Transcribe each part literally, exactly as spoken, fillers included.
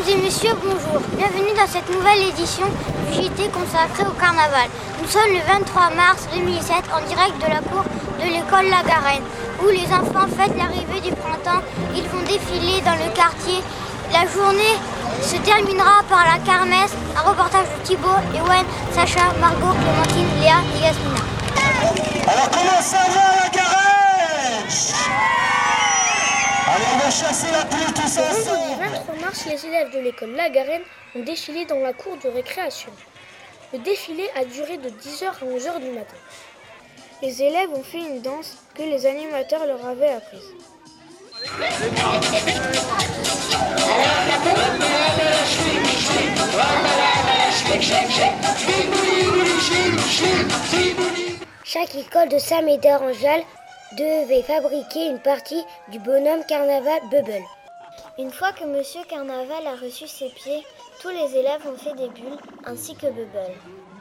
et messieurs, bonjour. Bienvenue dans cette nouvelle édition du J T consacrée au carnaval. Nous sommes le vingt-trois mars deux mille sept en direct de la cour de l'école La Garenne, où les enfants fêtent l'arrivée du printemps. Ils vont défiler dans le quartier. La journée se terminera par la kermesse. Un reportage de Thibaut, Ewen, Sacha, Margot, Clémentine, Léa et Yasmina. Alors comment ça va La Garenne? Allez, on va chasser la poule tous ensemble. Le vendredi vingt-trois mars, les élèves de l'école La Garenne ont défilé dans la cour de récréation. Le défilé a duré de dix heures à onze heures du matin. Les élèves ont fait une danse que les animateurs leur avaient apprise. Chaque école de Saint-Médard-en-Jalles devait fabriquer une partie du bonhomme carnaval Bubble. Une fois que Monsieur Carnaval a reçu ses pieds, tous les élèves ont fait des bulles ainsi que Bubble.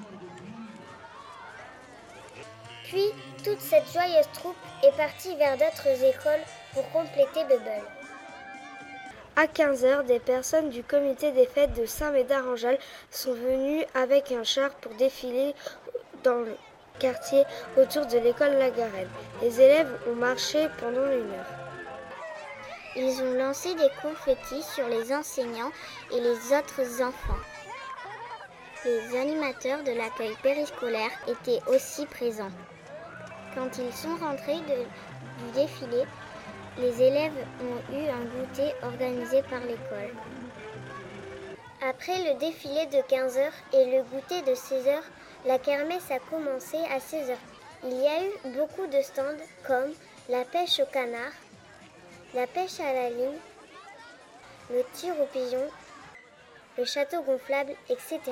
Puis, toute cette joyeuse troupe est partie vers d'autres écoles pour compléter Bubble. À quinze heures, des personnes du comité des fêtes de Saint-Médard-en-Jalles sont venues avec un char pour défiler dans le quartier autour de l'école La Garenne. Les élèves ont marché pendant une heure. Ils ont lancé des confettis sur les enseignants et les autres enfants. Les animateurs de l'accueil périscolaire étaient aussi présents. Quand ils sont rentrés de, du défilé, les élèves ont eu un goûter organisé par l'école. Après le défilé de quinze heures et le goûter de seize heures, la kermesse a commencé à seize heures. Il y a eu beaucoup de stands comme la pêche au canard, la pêche à la ligne, le tir au pigeon, le château gonflable, et cetera.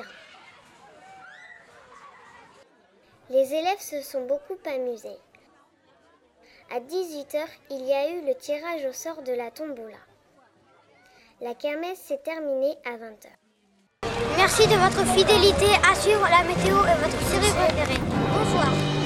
Les élèves se sont beaucoup amusés. À dix-huit heures, il y a eu le tirage au sort de la tombola. La kermesse s'est terminée à vingt heures. Merci de votre fidélité à suivre la météo et votre série préférée. Bonsoir.